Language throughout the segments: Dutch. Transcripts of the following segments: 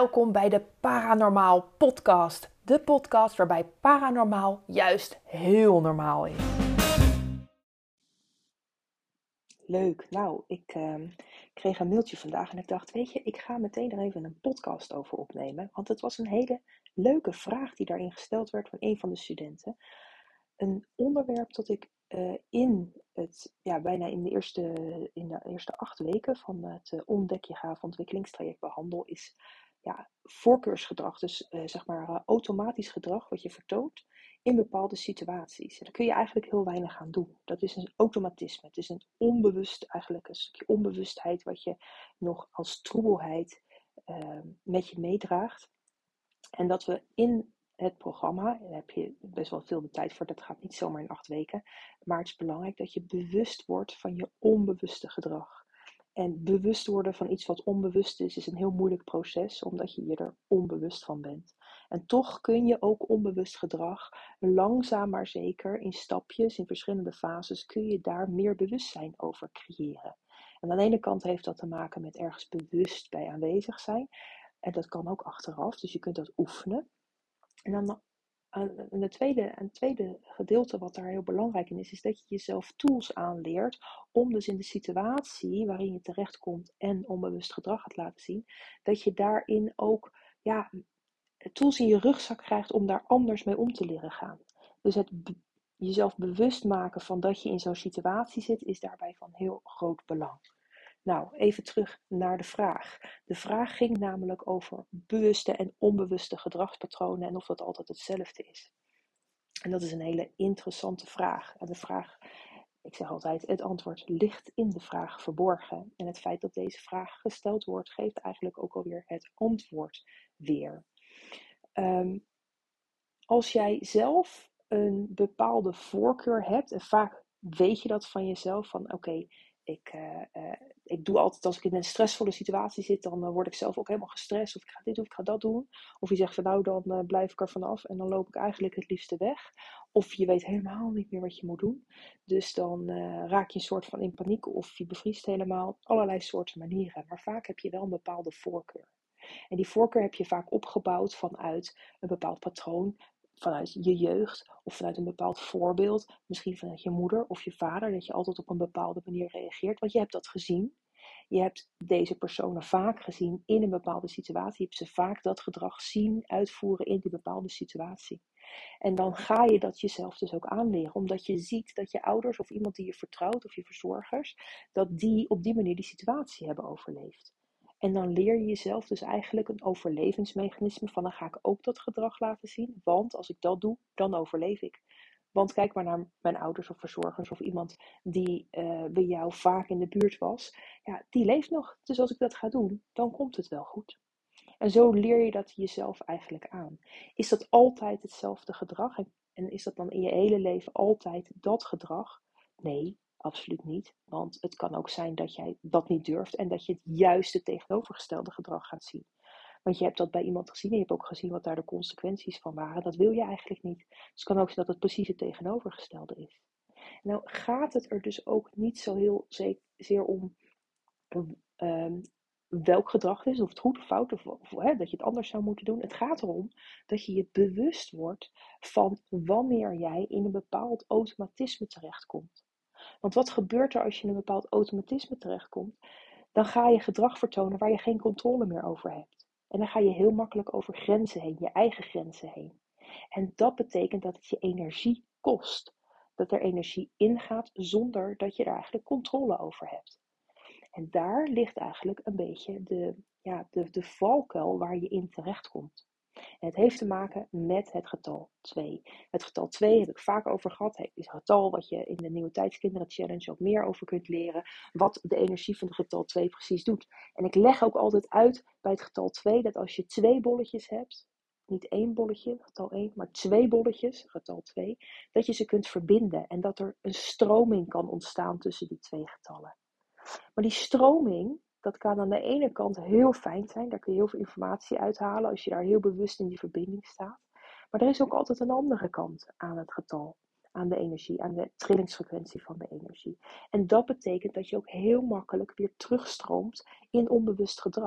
welkom bij de Paranormaal podcast. De podcast waarbij paranormaal juist heel normaal is. Leuk. Nou, ik kreeg een mailtje vandaag en ik dacht, weet je, ik ga meteen er even een podcast over opnemen. Want het was een hele leuke vraag die daarin gesteld werd van een van de studenten. Een onderwerp dat ik bijna in de eerste 8 weken van het Ontdek je gaaf ontwikkelingstraject behandel, is voorkeursgedrag. Dus automatisch gedrag wat je vertoont in bepaalde situaties. En daar kun je eigenlijk heel weinig aan doen. Dat is een automatisme. Het is een stukje onbewustheid wat je nog als troebelheid met je meedraagt. En dat we in het programma, daar heb je best wel veel de tijd voor, dat gaat niet zomaar in 8 weken, maar het is belangrijk dat je bewust wordt van je onbewuste gedrag. En bewust worden van iets wat onbewust is een heel moeilijk proces, omdat je er onbewust van bent. En toch kun je ook onbewust gedrag langzaam maar zeker in stapjes, in verschillende fases, kun je daar meer bewustzijn over creëren. En aan de ene kant heeft dat te maken met ergens bewust bij aanwezig zijn. En dat kan ook achteraf, dus je kunt dat oefenen. En dan een tweede gedeelte wat daar heel belangrijk in is dat je jezelf tools aanleert om dus in de situatie waarin je terechtkomt en onbewust gedrag gaat laten zien, dat je daarin ook tools in je rugzak krijgt om daar anders mee om te leren gaan. Dus het jezelf bewust maken van dat je in zo'n situatie zit, is daarbij van heel groot belang. Nou, even terug naar de vraag. De vraag ging namelijk over bewuste en onbewuste gedragspatronen en of dat altijd hetzelfde is. En dat is een hele interessante vraag. En de vraag, ik zeg altijd, het antwoord ligt in de vraag verborgen. En het feit dat deze vraag gesteld wordt, geeft eigenlijk ook alweer het antwoord weer. Als jij zelf een bepaalde voorkeur hebt, en vaak weet je dat van jezelf, van oké, ik doe altijd als ik in een stressvolle situatie zit, dan word ik zelf ook helemaal gestrest. Of ik ga dit doen, of ik ga dat doen. Of je zegt van nou, dan blijf ik er vanaf en dan loop ik eigenlijk het liefste weg. Of je weet helemaal niet meer wat je moet doen. Dus dan raak je een soort van in paniek of je bevriest helemaal. Allerlei soorten manieren. Maar vaak heb je wel een bepaalde voorkeur. En die voorkeur heb je vaak opgebouwd vanuit een bepaald patroon, vanuit je jeugd of vanuit een bepaald voorbeeld, misschien vanuit je moeder of je vader, dat je altijd op een bepaalde manier reageert, want je hebt dat gezien. Je hebt deze personen vaak gezien in een bepaalde situatie. Je hebt ze vaak dat gedrag zien uitvoeren in die bepaalde situatie. En dan ga je dat jezelf dus ook aanleren, omdat je ziet dat je ouders of iemand die je vertrouwt of je verzorgers, dat die op die manier die situatie hebben overleefd. En dan leer je jezelf dus eigenlijk een overlevingsmechanisme van dan ga ik ook dat gedrag laten zien. Want als ik dat doe, dan overleef ik. Want kijk maar naar mijn ouders of verzorgers of iemand die bij jou vaak in de buurt was. Ja, die leeft nog. Dus als ik dat ga doen, dan komt het wel goed. En zo leer je dat jezelf eigenlijk aan. Is dat altijd hetzelfde gedrag? En is dat dan in je hele leven altijd dat gedrag? Nee, absoluut niet. Want het kan ook zijn dat jij dat niet durft en dat je het juist het tegenovergestelde gedrag gaat zien. Want je hebt dat bij iemand gezien en je hebt ook gezien wat daar de consequenties van waren. Dat wil je eigenlijk niet. Dus het kan ook zijn dat het precies het tegenovergestelde is. Nou gaat het er dus ook niet zo heel zeer om welk gedrag het is, of het goed of fout, of dat je het anders zou moeten doen. Het gaat erom dat je je bewust wordt van wanneer jij in een bepaald automatisme terechtkomt. Want wat gebeurt er als je in een bepaald automatisme terechtkomt? Dan ga je gedrag vertonen waar je geen controle meer over hebt. En dan ga je heel makkelijk over grenzen heen, je eigen grenzen heen. En dat betekent dat het je energie kost. Dat er energie ingaat zonder dat je er eigenlijk controle over hebt. En daar ligt eigenlijk een beetje de valkuil waar je in terechtkomt. En het heeft te maken met het getal 2. Het getal 2 heb ik vaak over gehad. Het is een getal wat je in de Nieuwe Tijdskinderen Challenge ook meer over kunt leren. Wat de energie van het getal 2 precies doet. En ik leg ook altijd uit bij het getal 2 dat als je 2 bolletjes hebt, niet 1 bolletje, getal 1, maar 2 bolletjes, getal 2, dat je ze kunt verbinden. En dat er een stroming kan ontstaan tussen die 2 getallen. Maar die stroming, dat kan aan de ene kant heel fijn zijn. Daar kun je heel veel informatie uithalen als je daar heel bewust in die verbinding staat. Maar er is ook altijd een andere kant aan het getal, aan de energie, aan de trillingsfrequentie van de energie. En dat betekent dat je ook heel makkelijk weer terugstroomt in onbewust gedrag.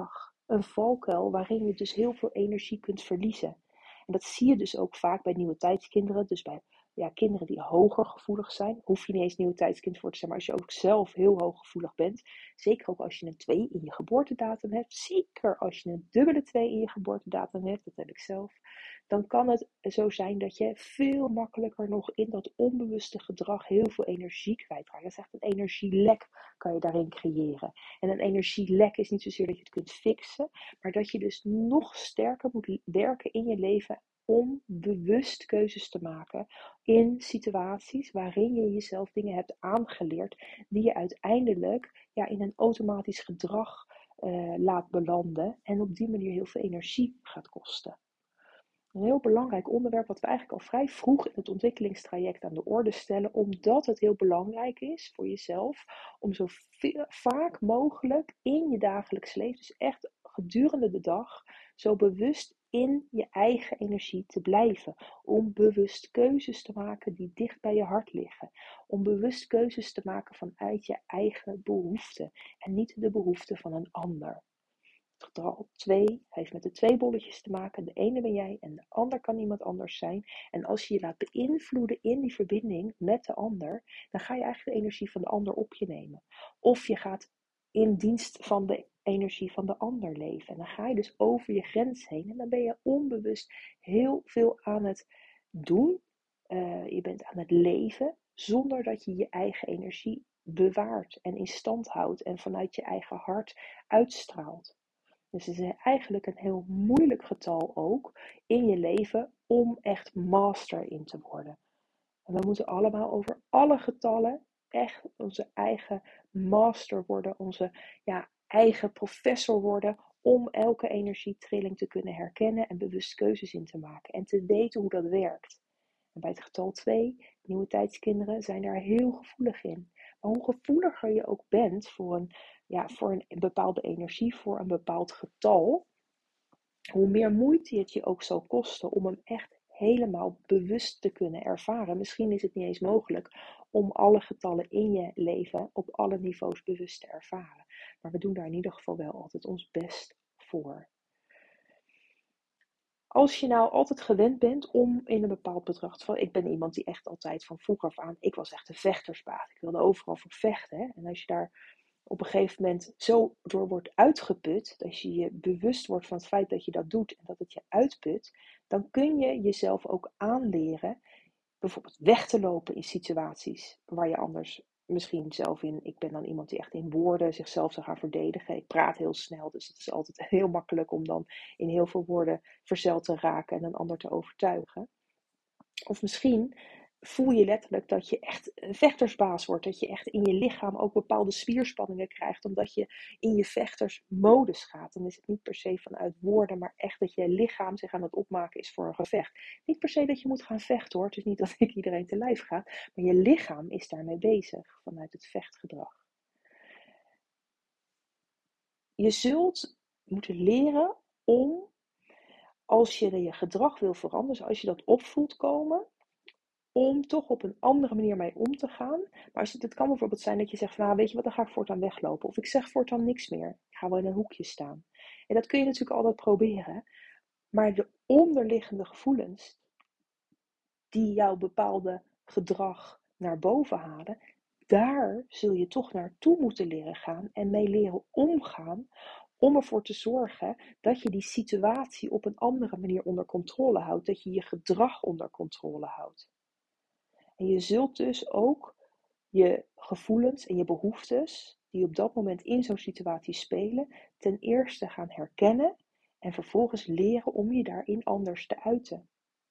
een valkuil waarin je dus heel veel energie kunt verliezen. En dat zie je dus ook vaak bij nieuwe tijdskinderen, dus bij kinderen die hoger gevoelig zijn. Hoef je niet eens nieuwe tijdskind voor te zijn, maar als je ook zelf heel hooggevoelig bent, zeker ook als je een 2 in je geboortedatum hebt, zeker als je een dubbele 2 in je geboortedatum hebt, dat heb ik zelf, dan kan het zo zijn dat je veel makkelijker nog in dat onbewuste gedrag heel veel energie kwijtraakt. Dat is echt een energielek kan je daarin creëren. En een energielek is niet zozeer dat je het kunt fixen, maar dat je dus nog sterker moet werken in je leven om bewust keuzes te maken in situaties waarin je jezelf dingen hebt aangeleerd die je uiteindelijk in een automatisch gedrag laat belanden en op die manier heel veel energie gaat kosten. Een heel belangrijk onderwerp wat we eigenlijk al vrij vroeg in het ontwikkelingstraject aan de orde stellen, omdat het heel belangrijk is voor jezelf om zo vaak mogelijk in je dagelijks leven, dus echt gedurende de dag, zo bewust in je eigen energie te blijven. Om bewust keuzes te maken die dicht bij je hart liggen. Om bewust keuzes te maken vanuit je eigen behoeften en niet de behoeften van een ander. Het getal 2 heeft met de 2 bolletjes te maken. De ene ben jij en de ander kan iemand anders zijn. En als je je laat beïnvloeden in die verbinding met de ander, dan ga je eigenlijk de energie van de ander op je nemen. Of je gaat in dienst van de energie van de ander leven. En dan ga je dus over je grens heen. En dan ben je onbewust heel veel aan het doen. Je bent aan het leven zonder dat je je eigen energie bewaart en in stand houdt en vanuit je eigen hart uitstraalt. Dus het is eigenlijk een heel moeilijk getal ook in je leven om echt master in te worden. En we moeten allemaal over alle getallen echt onze eigen master worden, onze eigen professor worden, om elke energietrilling te kunnen herkennen en bewust keuzes in te maken en te weten hoe dat werkt. En bij het getal 2, nieuwe tijdskinderen, zijn daar heel gevoelig in. Maar hoe gevoeliger je ook bent voor een bepaalde energie, voor een bepaald getal, hoe meer moeite het je ook zal kosten om hem echt helemaal bewust te kunnen ervaren. Misschien is het niet eens mogelijk om alle getallen in je leven op alle niveaus bewust te ervaren. Maar we doen daar in ieder geval wel altijd ons best voor. Als je nou altijd gewend bent om in een bepaald bedrag te vallen. Ik ben iemand die echt altijd van vroeger af aan, ik was echt een vechtersbaas. Ik wilde overal voor vechten. Hè? En als je daar op een gegeven moment zo door wordt uitgeput, dat je je bewust wordt van het feit dat je dat doet en dat het je uitput, dan kun je jezelf ook aanleren bijvoorbeeld weg te lopen in situaties waar je anders misschien zelf in. Ik ben dan iemand die echt in woorden zichzelf zou gaan verdedigen. Ik praat heel snel, dus het is altijd heel makkelijk om dan in heel veel woorden verzeld te raken en een ander te overtuigen. Of misschien voel je letterlijk dat je echt een vechtersbaas wordt. Dat je echt in je lichaam ook bepaalde spierspanningen krijgt. Omdat je in je vechtersmodus gaat. Dan is het niet per se vanuit woorden. Maar echt dat je lichaam zich aan het opmaken is voor een gevecht. Niet per se dat je moet gaan vechten hoor. Het is niet dat ik iedereen te lijf ga. Maar je lichaam is daarmee bezig. Vanuit het vechtgedrag. Je zult moeten leren om, als je je gedrag wil veranderen. Dus als je dat opvoelt komen, om toch op een andere manier mee om te gaan. Maar het kan bijvoorbeeld zijn dat je zegt van, nou, weet je wat, dan ga ik voortaan weglopen. Of ik zeg voortaan niks meer. Ik ga wel in een hoekje staan. En dat kun je natuurlijk altijd proberen. Maar de onderliggende gevoelens die jouw bepaalde gedrag naar boven halen, daar zul je toch naartoe moeten leren gaan en mee leren omgaan. Om ervoor te zorgen dat je die situatie op een andere manier onder controle houdt. Dat je je gedrag onder controle houdt. En je zult dus ook je gevoelens en je behoeftes die op dat moment in zo'n situatie spelen, ten eerste gaan herkennen en vervolgens leren om je daarin anders te uiten.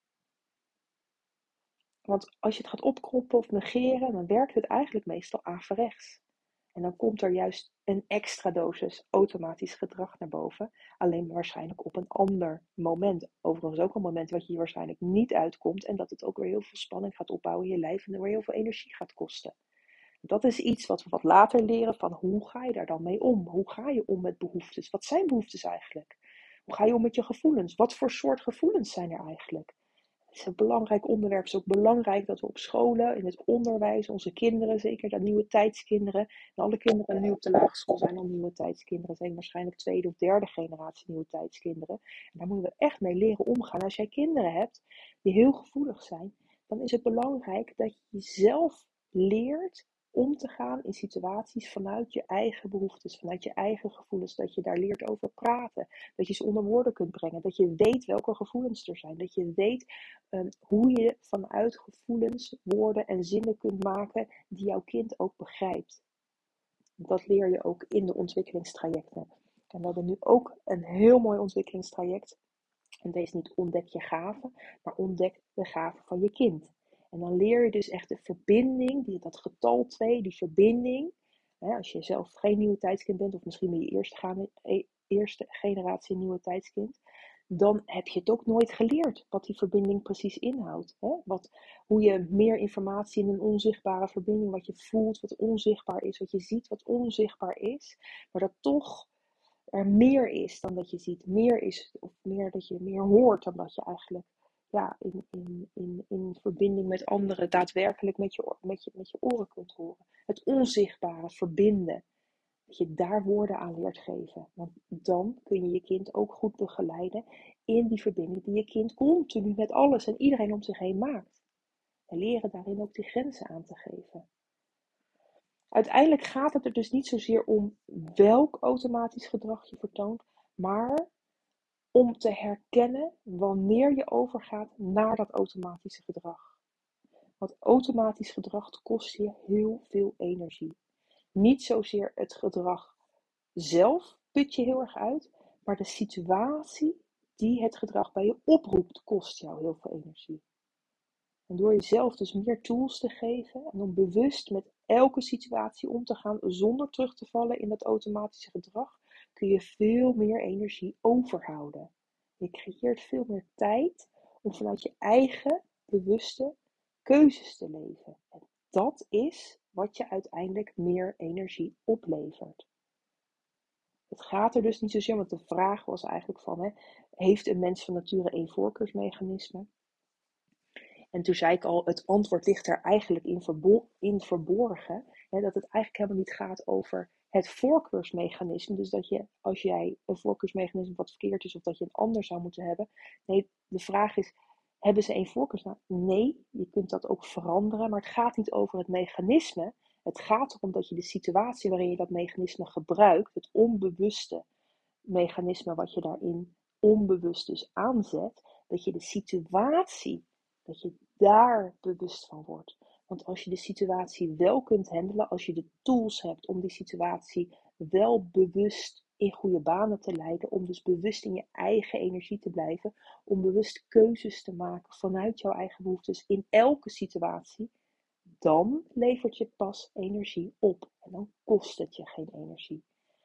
Want als je het gaat opkroppen of negeren, dan werkt het eigenlijk meestal averechts. En dan komt er juist een extra dosis automatisch gedrag naar boven. Alleen waarschijnlijk op een ander moment. Overigens ook een moment wat je hier waarschijnlijk niet uitkomt. En dat het ook weer heel veel spanning gaat opbouwen in je lijf. En er weer heel veel energie gaat kosten. Dat is iets wat we wat later leren van hoe ga je daar dan mee om? Hoe ga je om met behoeftes? Wat zijn behoeftes eigenlijk? Hoe ga je om met je gevoelens? Wat voor soort gevoelens zijn er eigenlijk? Het is een belangrijk onderwerp. Het is ook belangrijk dat we op scholen, in het onderwijs, onze kinderen, zeker de nieuwe tijdskinderen, en alle kinderen die nu op de lagere school zijn al nieuwe tijdskinderen, zijn waarschijnlijk tweede of derde generatie nieuwe tijdskinderen. En daar moeten we echt mee leren omgaan. Als jij kinderen hebt die heel gevoelig zijn, dan is het belangrijk dat je jezelf leert om te gaan in situaties vanuit je eigen behoeftes, vanuit je eigen gevoelens, dat je daar leert over praten, dat je ze onder woorden kunt brengen, dat je weet welke gevoelens er zijn, dat je weet hoe je vanuit gevoelens woorden en zinnen kunt maken die jouw kind ook begrijpt. Dat leer je ook in de ontwikkelingstrajecten. En we hebben nu ook een heel mooi ontwikkelingstraject. En deze niet ontdek je gaven, maar ontdek de gaven van je kind. En dan leer je dus echt de verbinding, dat getal 2, die verbinding. Als je zelf geen nieuwe tijdskind bent, of misschien ben je eerste generatie nieuwe tijdskind, dan heb je het ook nooit geleerd wat die verbinding precies inhoudt. Hoe je meer informatie in een onzichtbare verbinding, wat je voelt, wat onzichtbaar is, wat je ziet, wat onzichtbaar is, maar dat toch er meer is dan dat je ziet, meer is, of meer dat je meer hoort dan dat je eigenlijk in verbinding met anderen daadwerkelijk met je oren kunt horen. Het onzichtbare verbinden. Dat je daar woorden aan leert geven. Want dan kun je je kind ook goed begeleiden in die verbinding die je kind continu met alles en iedereen om zich heen maakt. En leren daarin ook die grenzen aan te geven. Uiteindelijk gaat het er dus niet zozeer om welk automatisch gedrag je vertoont, maar om te herkennen wanneer je overgaat naar dat automatische gedrag. Want automatisch gedrag kost je heel veel energie. Niet zozeer het gedrag zelf put je heel erg uit, maar de situatie die het gedrag bij je oproept kost jou heel veel energie. En door jezelf dus meer tools te geven en om bewust met elke situatie om te gaan zonder terug te vallen in dat automatische gedrag, kun je veel meer energie overhouden. Je creëert veel meer tijd om vanuit je eigen bewuste keuzes te leven. En dat is wat je uiteindelijk meer energie oplevert. Het gaat er dus niet zozeer, want de vraag was eigenlijk van, heeft een mens van nature één voorkeursmechanisme? En toen zei ik al, het antwoord ligt er eigenlijk in verborgen. Hè, dat het eigenlijk helemaal niet gaat over het voorkeursmechanisme. Dus dat je, als jij een voorkeursmechanisme wat verkeerd is, of dat je een ander zou moeten hebben. Nee, de vraag is, hebben ze één voorkeursmechanisme? Nee, je kunt dat ook veranderen. Maar het gaat niet over het mechanisme. Het gaat erom dat je de situatie waarin je dat mechanisme gebruikt, het onbewuste mechanisme wat je daarin onbewust dus aanzet, dat je de situatie, dat je daar bewust van wordt. Want als je de situatie wel kunt handelen, als je de tools hebt om die situatie wel bewust in goede banen te leiden, om dus bewust in je eigen energie te blijven, om bewust keuzes te maken vanuit jouw eigen behoeftes in elke situatie, dan levert je pas energie op. En dan kost het je geen energie.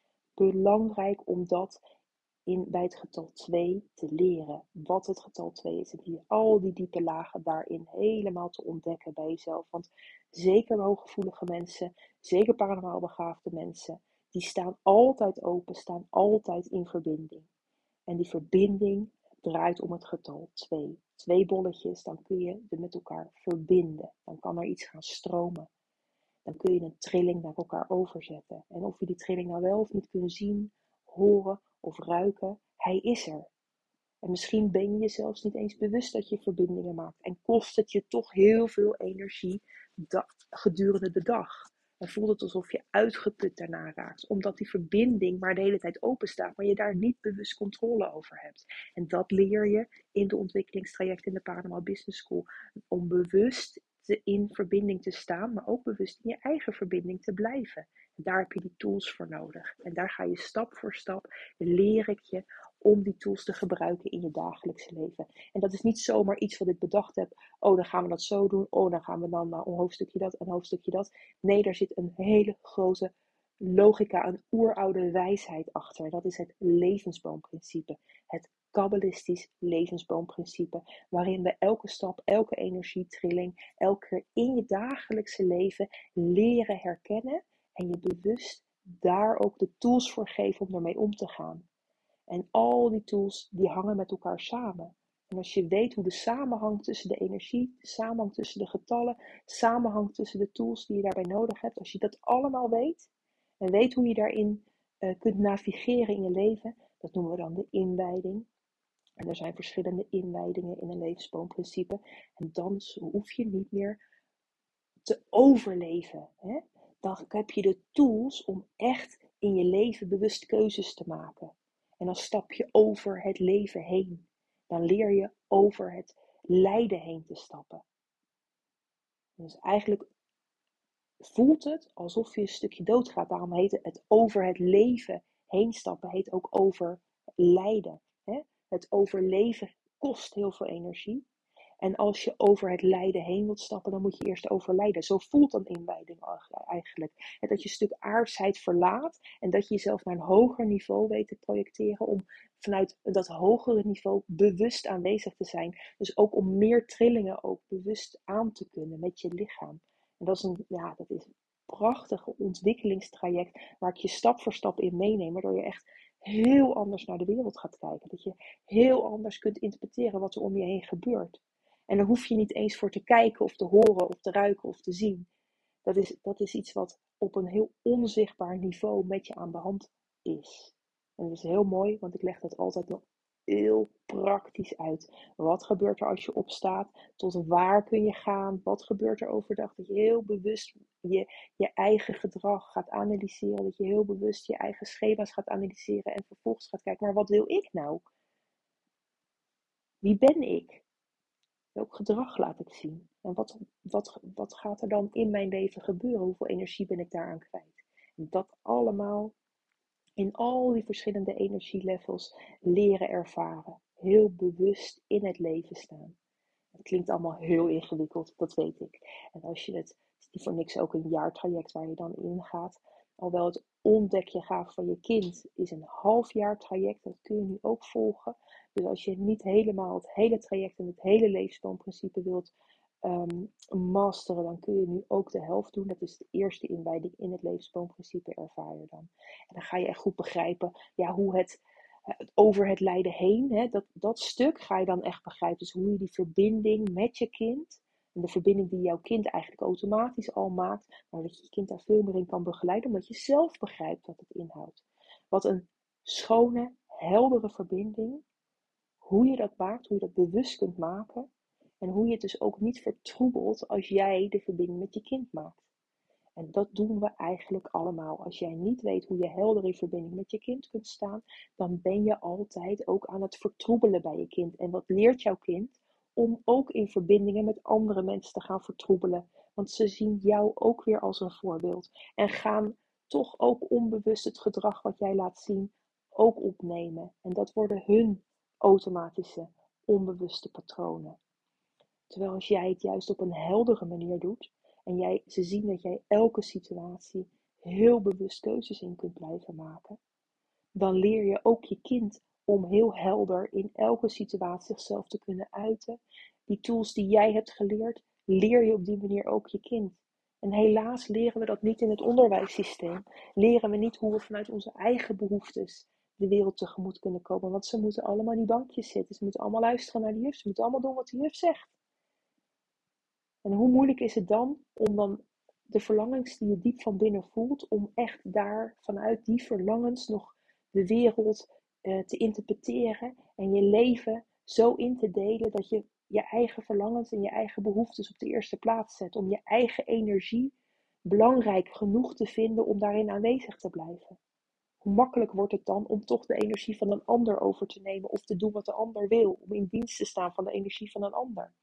Belangrijk om dat bij het getal 2 te leren. Wat het getal 2 is. En al die diepe lagen daarin helemaal te ontdekken bij jezelf. Want zeker hooggevoelige mensen, zeker paranormaal begaafde mensen, die staan altijd open, staan altijd in verbinding. En die verbinding draait om het getal 2. 2 bolletjes, dan kun je ze met elkaar verbinden. Dan kan er iets gaan stromen. Dan kun je een trilling naar elkaar overzetten. En of je die trilling nou wel of niet kunt zien, horen of ruiken, hij is er. En misschien ben je je zelfs niet eens bewust dat je verbindingen maakt. En kost het je toch heel veel energie gedurende de dag. En voelt het alsof je uitgeput daarna raakt. Omdat die verbinding maar de hele tijd open staat. Maar je daar niet bewust controle over hebt. En dat leer je in de ontwikkelingstraject in de Paranormal Business School. Om bewust in verbinding te staan. Maar ook bewust in je eigen verbinding te blijven. En daar heb je die tools voor nodig. En daar ga je stap voor stap, leer ik je om die tools te gebruiken in je dagelijkse leven. En dat is niet zomaar iets wat ik bedacht heb. Oh, dan gaan we dat zo doen. Oh, dan gaan we dan naar een hoofdstukje dat, een hoofdstukje dat. Nee, daar zit een hele grote logica, een oeroude wijsheid achter. Dat is het levensboomprincipe. Het kabbalistisch levensboomprincipe. Waarin we elke stap, elke energietrilling, elke keer in je dagelijkse leven leren herkennen. En je bewust daar ook de tools voor geven om ermee om te gaan. En al die tools die hangen met elkaar samen. En als je weet hoe de samenhang tussen de energie, de samenhang tussen de getallen, samenhang tussen de tools die je daarbij nodig hebt, als je dat allemaal weet en weet hoe je daarin kunt navigeren in je leven, dat noemen we dan de inwijding. En er zijn verschillende inwijdingen in een levensboomprincipe. En dan hoef je niet meer te overleven. Hè? Dan heb je de tools om echt in je leven bewust keuzes te maken. En dan stap je over het leven heen. Dan leer je over het lijden heen te stappen. Dus eigenlijk voelt het alsof je een stukje doodgaat. Daarom heet het over het leven heen stappen. Heet ook over lijden. Hè? Het overleven kost heel veel energie. En als je over het lijden heen wilt stappen, dan moet je eerst overlijden. Zo voelt dan inwijding eigenlijk. En dat je een stuk aardsheid verlaat en dat je jezelf naar een hoger niveau weet te projecteren om vanuit dat hogere niveau bewust aanwezig te zijn. Dus ook om meer trillingen ook bewust aan te kunnen met je lichaam. En dat is een prachtig ontwikkelingstraject waar ik je stap voor stap in meeneem, waardoor je echt heel anders naar de wereld gaat kijken. Dat je heel anders kunt interpreteren wat er om je heen gebeurt. En daar hoef je niet eens voor te kijken of te horen of te ruiken of te zien. Dat is iets wat op een heel onzichtbaar niveau met je aan de hand is. En dat is heel mooi, want ik leg dat altijd nog heel praktisch uit. Wat gebeurt er als je opstaat? Tot waar kun je gaan? Wat gebeurt er overdag? Dat je heel bewust je eigen gedrag gaat analyseren. Dat je heel bewust je eigen schema's gaat analyseren. En vervolgens gaat kijken, maar wat wil ik nou? Wie ben ik? Welk gedrag laat ik zien? En wat gaat er dan in mijn leven gebeuren? Hoeveel energie ben ik daaraan kwijt? En dat allemaal in al die verschillende energielevels leren ervaren. Heel bewust in het leven staan. Het klinkt allemaal heel ingewikkeld, dat weet ik. En als je het is niet voor niks ook een jaartraject waar je dan in gaat. Alhoewel het ontdek je gaven van je kind is een halfjaar traject. Dat kun je nu ook volgen. Dus als je niet helemaal het hele traject en het hele levensboomprincipe wilt masteren, dan kun je nu ook de helft doen. Dat is de eerste inwijding in het levensboomprincipe, ervaar je dan. En dan ga je echt goed begrijpen hoe het over het lijden heen, hè, dat stuk ga je dan echt begrijpen. Dus hoe je die verbinding met je kind, en de verbinding die jouw kind eigenlijk automatisch al maakt, maar dat je je kind daar veel meer in kan begeleiden, omdat je zelf begrijpt wat het inhoudt. Wat een schone, heldere verbinding, hoe je dat maakt, hoe je dat bewust kunt maken, en hoe je het dus ook niet vertroebelt als jij de verbinding met je kind maakt. En dat doen we eigenlijk allemaal. Als jij niet weet hoe je helder in verbinding met je kind kunt staan, dan ben je altijd ook aan het vertroebelen bij je kind. En wat leert jouw kind? Om ook in verbindingen met andere mensen te gaan vertroebelen. Want ze zien jou ook weer als een voorbeeld. En gaan toch ook onbewust het gedrag wat jij laat zien ook opnemen. En dat worden hun automatische, onbewuste patronen. Terwijl als jij het juist op een heldere manier doet en ze zien dat jij elke situatie heel bewust keuzes in kunt blijven maken, dan leer je ook je kind om heel helder in elke situatie zichzelf te kunnen uiten. Die tools die jij hebt geleerd, leer je op die manier ook je kind. En helaas leren we dat niet in het onderwijssysteem. Leren we niet hoe we vanuit onze eigen behoeftes de wereld tegemoet kunnen komen. Want ze moeten allemaal in die bankjes zitten. Ze moeten allemaal luisteren naar de juf. Ze moeten allemaal doen wat de juf zegt. En hoe moeilijk is het dan om dan de verlangens die je diep van binnen voelt, om echt daar vanuit die verlangens nog de wereld te interpreteren en je leven zo in te delen dat je je eigen verlangens en je eigen behoeftes op de eerste plaats zet. Om je eigen energie belangrijk genoeg te vinden om daarin aanwezig te blijven. Hoe makkelijk wordt het dan om toch de energie van een ander over te nemen of te doen wat de ander wil, om in dienst te staan van de energie van een ander.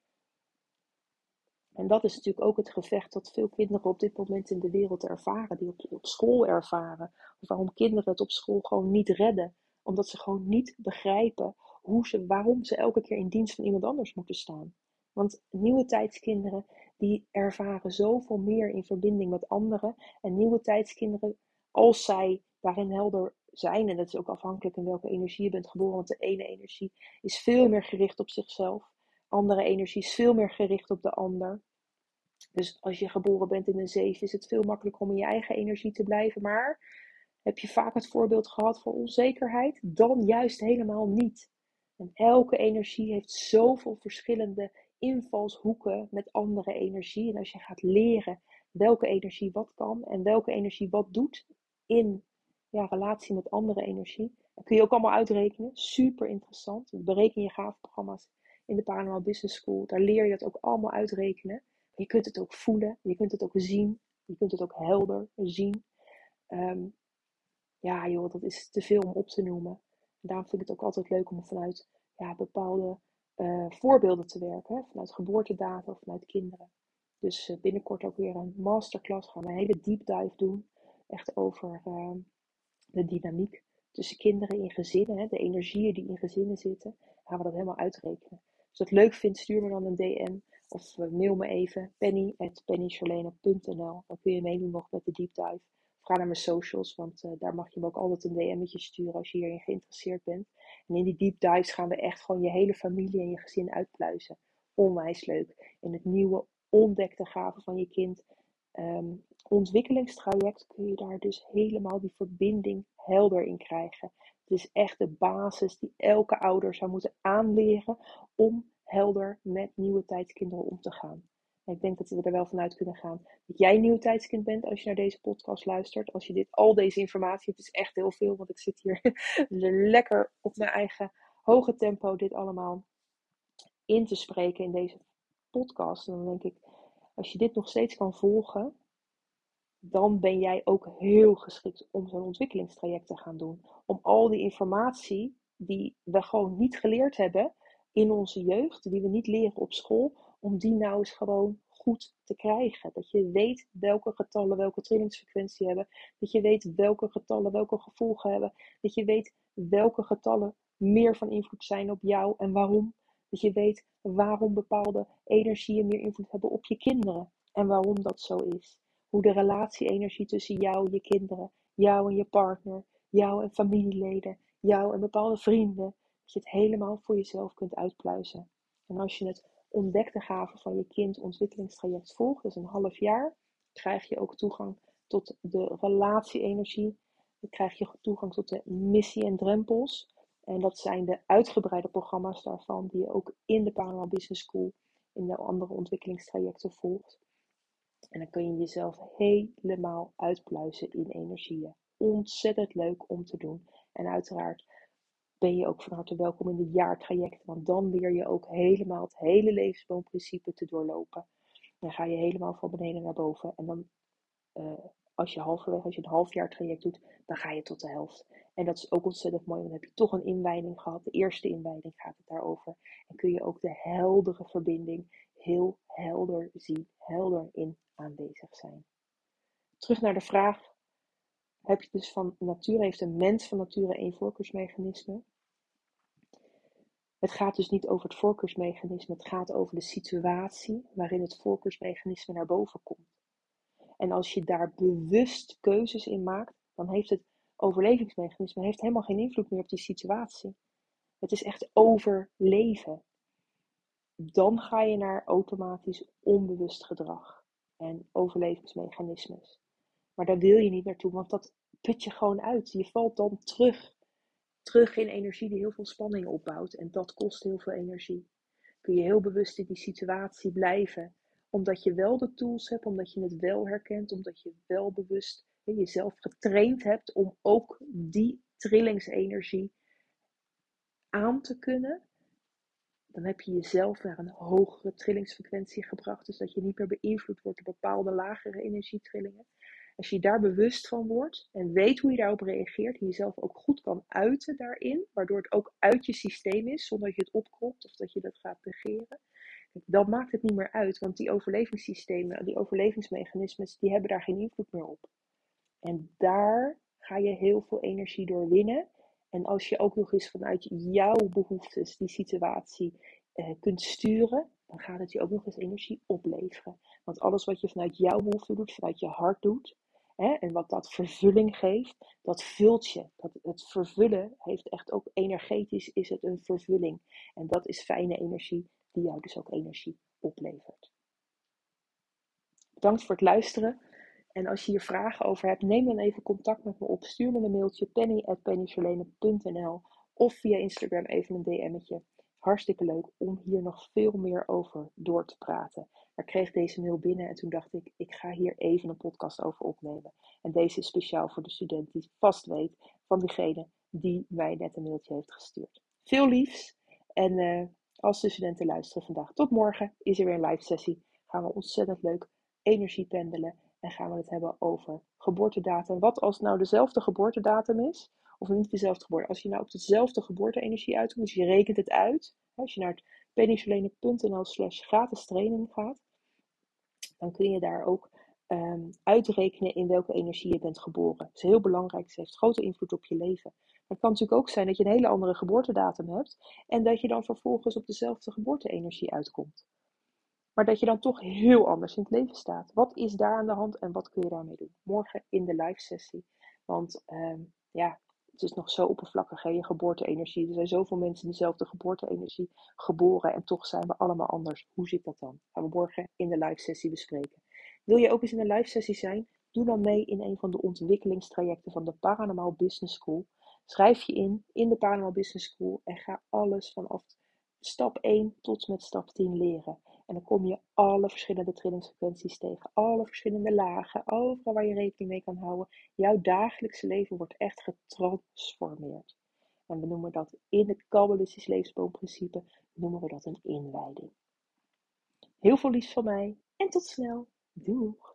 En dat is natuurlijk ook het gevecht dat veel kinderen op dit moment in de wereld ervaren, die op school ervaren. Of waarom kinderen het op school gewoon niet redden. Omdat ze gewoon niet begrijpen waarom ze elke keer in dienst van iemand anders moeten staan. Want nieuwe tijdskinderen die ervaren zoveel meer in verbinding met anderen. En nieuwe tijdskinderen, als zij daarin helder zijn, en dat is ook afhankelijk in welke energie je bent geboren, want de ene energie is veel meer gericht op zichzelf. Andere energie is veel meer gericht op de ander. Dus als je geboren bent in een 7 is het veel makkelijker om in je eigen energie te blijven. Maar heb je vaak het voorbeeld gehad van onzekerheid? Dan juist helemaal niet. En elke energie heeft zoveel verschillende invalshoeken met andere energie. En als je gaat leren welke energie wat kan en welke energie wat doet in relatie met andere energie, dat kun je ook allemaal uitrekenen. Super interessant. Bereken je gaafprogramma's in de Paranormal Business School. Daar leer je het ook allemaal uitrekenen. Je kunt het ook voelen. Je kunt het ook zien. Je kunt het ook helder zien. Ja joh, dat is te veel om op te noemen. En daarom vind ik het ook altijd leuk om vanuit bepaalde voorbeelden te werken. Hè? Vanuit geboortedata of vanuit kinderen. Dus binnenkort ook weer een masterclass. Gaan we een hele deep dive doen. Echt over de dynamiek tussen kinderen in gezinnen. Hè? De energieën die in gezinnen zitten. Gaan we dat helemaal uitrekenen. Als je dat leuk vindt, stuur me dan een DM. Of mail me even penny@pennycharlene.nl. Dan kun je meedoen nog met de deep dive. Ga naar mijn socials, want daar mag je me ook altijd een DM'tje sturen als je hierin geïnteresseerd bent. En in die deep dives gaan we echt gewoon je hele familie en je gezin uitpluizen. Onwijs leuk. In het nieuwe ontdekte gaven van je kind ontwikkelingstraject kun je daar dus helemaal die verbinding helder in krijgen. Het is echt de basis die elke ouder zou moeten aanleren om helder met nieuwe tijdskinderen om te gaan. En ik denk dat we er wel vanuit kunnen gaan dat jij een nieuw tijdskind bent als je naar deze podcast luistert. Als je al deze informatie, het is echt heel veel, want ik zit hier lekker op mijn eigen hoge tempo dit allemaal in te spreken in deze podcast. En dan denk ik, als je dit nog steeds kan volgen, dan ben jij ook heel geschikt om zo'n ontwikkelingstraject te gaan doen. Om al die informatie die we gewoon niet geleerd hebben in onze jeugd, die we niet leren op school, om die nou eens gewoon goed te krijgen. Dat je weet welke getallen welke trillingsfrequentie hebben. Dat je weet welke getallen welke gevolgen hebben. Dat je weet welke getallen meer van invloed zijn op jou en waarom. Dat je weet waarom bepaalde energieën meer invloed hebben op je kinderen en waarom dat zo is. Hoe de relatie-energie tussen jou, je kinderen, jou en je partner, jou en familieleden, jou en bepaalde vrienden, dat je het helemaal voor jezelf kunt uitpluizen. En als je het ontdekte gaven van je kind ontwikkelingstraject volgt, dus een half jaar, krijg je ook toegang tot de relatie-energie. Dan krijg je toegang tot de missie en drempels. En dat zijn de uitgebreide programma's daarvan, die je ook in de Paranormal Business School, in de andere ontwikkelingstrajecten volgt. En dan kun je jezelf helemaal uitpluizen in energieën. Ontzettend leuk om te doen. En uiteraard ben je ook van harte welkom in de jaartraject. Want dan leer je ook helemaal het hele levensboomprincipe te doorlopen. Dan ga je helemaal van beneden naar boven. En dan als je een halfjaar traject doet, dan ga je tot de helft. En dat is ook ontzettend mooi, want dan heb je toch een inwijding gehad. De eerste inwijding gaat het daarover. En kun je ook de heldere verbinding heel helder zien, helder in aanwezig zijn. Terug naar de vraag, heb je dus van nature, heeft een mens van nature één voorkeursmechanisme? Het gaat dus niet over het voorkeursmechanisme, het gaat over de situatie waarin het voorkeursmechanisme naar boven komt. En als je daar bewust keuzes in maakt, dan heeft het overlevingsmechanisme helemaal geen invloed meer op die situatie. Het is echt overleven. Dan ga je naar automatisch onbewust gedrag en overlevingsmechanismes. Maar daar wil je niet naartoe, want dat put je gewoon uit. Je valt dan terug in energie die heel veel spanning opbouwt. En dat kost heel veel energie. Kun je heel bewust in die situatie blijven. Omdat je wel de tools hebt, omdat je het wel herkent, omdat je wel bewust jezelf getraind hebt om ook die trillingsenergie aan te kunnen. Dan heb je jezelf naar een hogere trillingsfrequentie gebracht. Dus dat je niet meer beïnvloed wordt door bepaalde lagere energietrillingen. Als je daar bewust van wordt en weet hoe je daarop reageert, en jezelf ook goed kan uiten daarin, waardoor het ook uit je systeem is, zonder dat je het opkropt of dat je dat gaat negeren, dan maakt het niet meer uit, want die overlevingssystemen, die overlevingsmechanismes, die hebben daar geen invloed meer op. En daar ga je heel veel energie door winnen. En als je ook nog eens vanuit jouw behoeftes die situatie kunt sturen, dan gaat het je ook nog eens energie opleveren. Want alles wat je vanuit jouw behoefte doet, vanuit je hart doet, en wat dat vervulling geeft, dat vult je. Het vervullen heeft echt ook energetisch, is het een vervulling. En dat is fijne energie, die jou dus ook energie oplevert. Bedankt voor het luisteren. En als je hier vragen over hebt, neem dan even contact met me op. Stuur me een mailtje penny@pennycharlene.nl of via Instagram even een DM'tje. Hartstikke leuk om hier nog veel meer over door te praten. Maar ik kreeg deze mail binnen en toen dacht ik ga hier even een podcast over opnemen. En deze is speciaal voor de student die vast weet van diegene die mij net een mailtje heeft gestuurd. Veel liefs en als de studenten luisteren vandaag, tot morgen is er weer een live sessie. Gaan we ontzettend leuk energie pendelen en gaan we het hebben over geboortedatum. Wat als het nou dezelfde geboortedatum is, of niet dezelfde geboorte, als je nou op dezelfde geboorteenergie uitkomt, dus je rekent het uit, als je naar pennysolene.nl/gratis training gaat, dan kun je daar ook uitrekenen in welke energie je bent geboren. Dat is heel belangrijk, het heeft grote invloed op je leven. Maar het kan natuurlijk ook zijn dat je een hele andere geboortedatum hebt en dat je dan vervolgens op dezelfde geboorteenergie uitkomt. Maar dat je dan toch heel anders in het leven staat. Wat is daar aan de hand en wat kun je daarmee doen? Morgen in de live sessie. Want het is nog zo oppervlakkig, hè, je geboorte-energie. Er zijn zoveel mensen in dezelfde geboorte-energie geboren en toch zijn we allemaal anders. Hoe zit dat dan? Gaan we morgen in de live sessie bespreken. Wil je ook eens in een live sessie zijn? Doe dan mee in een van de ontwikkelingstrajecten van de Paranormal Business School. Schrijf je in de Paranormal Business School en ga alles vanaf stap 1 tot met stap 10 leren. En dan kom je alle verschillende trillingsfrequenties tegen, alle verschillende lagen, overal waar je rekening mee kan houden. Jouw dagelijkse leven wordt echt getransformeerd. En we noemen dat in het Kabbalistisch levensboomprincipe, noemen we dat een inwijding. Heel veel liefs van mij en tot snel. Doeg!